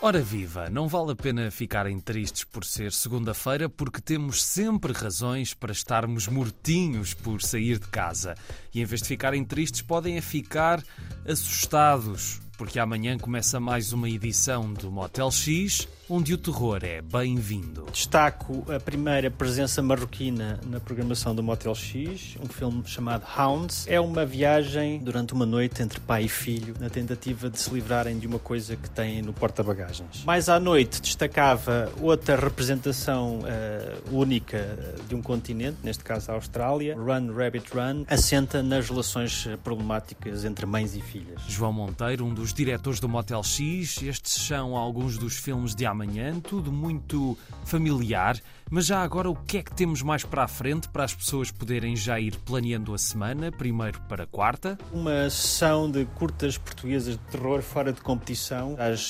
Ora viva, não vale a pena ficarem tristes por ser segunda-feira, porque temos sempre razões para estarmos mortinhos por sair de casa. E em vez de ficarem tristes, podem ficar assustados, porque amanhã começa mais uma edição do Motel X, onde o terror é bem-vindo. Destaco a primeira presença marroquina na programação do Motel X, um filme chamado Hounds. É uma viagem durante uma noite entre pai e filho, na tentativa de se livrarem de uma coisa que têm no porta-bagagens. Mais à noite destacava outra representação única de um continente, neste caso a Austrália. Run, Rabbit Run, assenta nas relações problemáticas entre mães e filhas. João Monteiro, um dos diretores do Motel X, estes são alguns dos filmes de amanhã, tudo muito familiar, mas já agora o que é que temos mais para a frente para as pessoas poderem já ir planeando a semana, primeiro para quarta? Uma sessão de curtas portuguesas de terror fora de competição às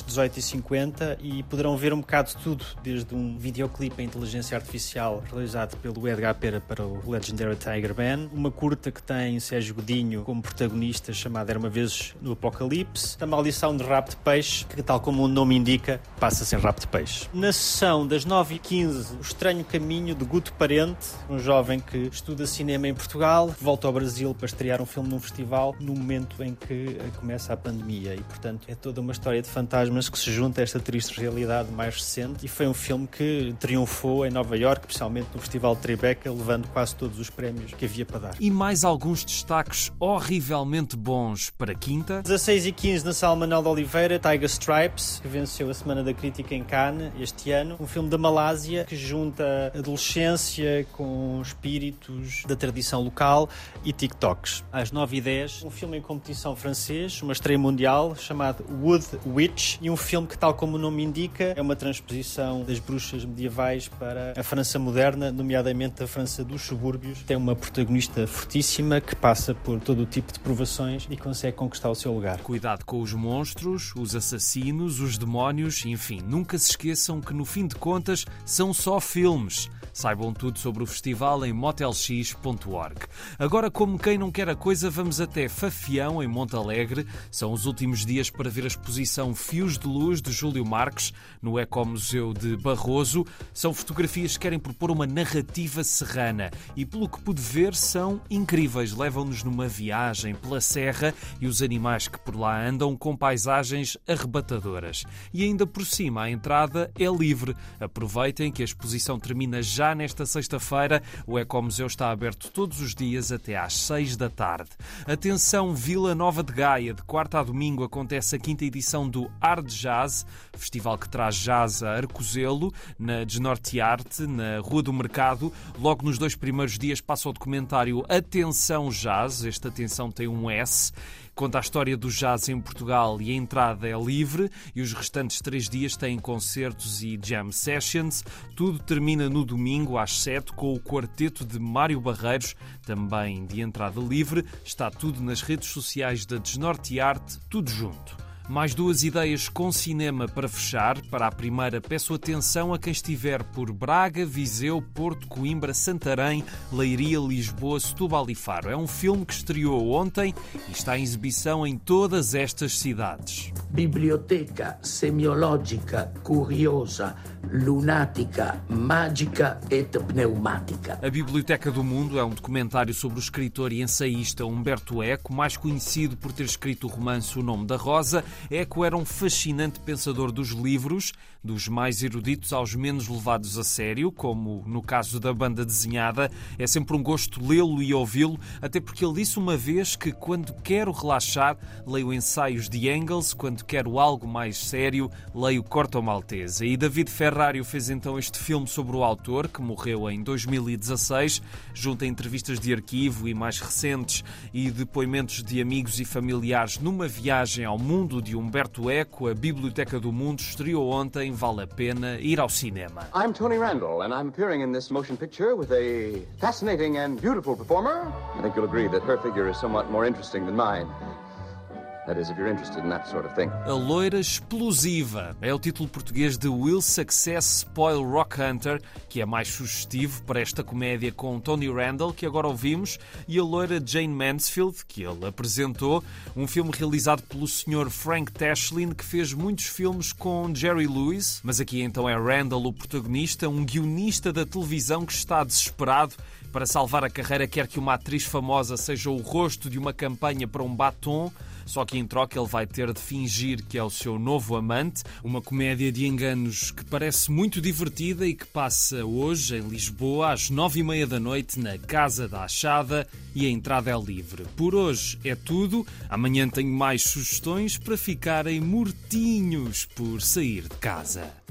18h50 e poderão ver um bocado de tudo, desde um videoclipe em inteligência artificial realizado pelo Edgar Pera para o Legendary Tiger Band, uma curta que tem Sérgio Godinho como protagonista chamada Era uma Vez no Apocalipse, a maldição de rabo de peixe, que tal como o nome indica, passa-se em rabo de peixe. Na sessão das 9h15, o estranho caminho de Guto Parente, um jovem que estuda cinema em Portugal, volta ao Brasil para estrear um filme num festival no momento em que começa a pandemia e, portanto, é toda uma história de fantasmas que se junta a esta triste realidade mais recente e foi um filme que triunfou em Nova Iorque, especialmente no Festival de Tribeca, levando quase todos os prémios que havia para dar. E mais alguns destaques horrivelmente bons para quinta. 16h15 na Sala Manuel de Oliveira, Tiger Stripes, que venceu a Semana da Crítica em Cannes este ano. Um filme da Malásia que junta adolescência com espíritos da tradição local e TikToks. Às 9h10, um filme em competição francês, uma estreia mundial, chamado Wood Witch, e um filme que, tal como o nome indica, é uma transposição das bruxas medievais para a França moderna, nomeadamente a França dos subúrbios. Tem uma protagonista fortíssima que passa por todo o tipo de provações e consegue conquistar o seu lugar. Cuidado com os monstros, os assassinos, os demónios, enfim, nunca se esqueçam que no fim de contas são só filmes. Saibam tudo sobre o festival em motelx.org. Agora, como quem não quer a coisa, vamos até Fafião, em Montalegre. São os últimos dias para ver a exposição Fios de Luz, de Júlio Marques, no Ecomuseu de Barroso. São fotografias que querem propor uma narrativa serrana e, pelo que pude ver, são incríveis. Levam-nos numa viagem pela serra e os animais que por lá andam com paisagens arrebatadoras. E ainda por cima, a entrada é livre. Aproveitem que a exposição termina já nesta sexta-feira. O Ecomuseu está aberto todos os dias até às 6 da tarde. Atenção, Vila Nova de Gaia. De quarta a domingo acontece a 5ª edição do Art Jazz, festival que traz jazz a Arcozelo, na Desnortearte, na Rua do Mercado. Logo nos 2 primeiros dias passa o documentário Atenção Jazz. Esta atenção tem um S. Conta a história do jazz em Portugal e a entrada é livre e os restantes 3 dias têm concertos e jam sessions. Tudo termina no domingo às 7 com o quarteto de Mário Barreiros, também de entrada livre. Está tudo nas redes sociais da Desnortearte, tudo junto. Mais 2 ideias com cinema para fechar. Para a primeira, peço atenção a quem estiver por Braga, Viseu, Porto, Coimbra, Santarém, Leiria, Lisboa, Setúbal e Faro. É um filme que estreou ontem e está em exibição em todas estas cidades. Biblioteca semiológica, curiosa, lunática, mágica e pneumática. A Biblioteca do Mundo é um documentário sobre o escritor e ensaísta Humberto Eco, mais conhecido por ter escrito o romance O Nome da Rosa. Eco era um fascinante pensador dos livros, dos mais eruditos aos menos levados a sério, como no caso da banda desenhada. É sempre um gosto lê-lo e ouvi-lo, até porque ele disse uma vez que quando quero relaxar, leio ensaios de Engels, quando quero algo mais sério, leio Corto Maltese. E David Ferrario fez então este filme sobre o autor, que morreu em 2016, junto a entrevistas de arquivo e mais recentes e depoimentos de amigos e familiares numa viagem ao mundo de Humberto Eco. A Biblioteca do Mundo estreou ontem, vale a pena ir ao cinema. I'm Tony Randall and I'm appearing in this motion picture with a fascinating and beautiful performer. I think you'll agree that her figure is somewhat more interesting than mine. That is, if you're interested in that sort of thing. A Loira Explosiva é o título português de Will Success Spoil Rock Hunter, que é mais sugestivo para esta comédia com Tony Randall, que agora ouvimos, e a loira Jane Mansfield, que ele apresentou, um filme realizado pelo Sr. Frank Tashlin, que fez muitos filmes com Jerry Lewis, mas aqui então é Randall o protagonista, um guionista da televisão que está desesperado. Para salvar a carreira, quer que uma atriz famosa seja o rosto de uma campanha para um batom, só que em troca ele vai ter de fingir que é o seu novo amante. Uma comédia de enganos que parece muito divertida e que passa hoje em Lisboa às 9h30 da noite na Casa da Achada, e a entrada é livre. Por hoje é tudo. Amanhã tenho mais sugestões para ficarem mortinhos por sair de casa.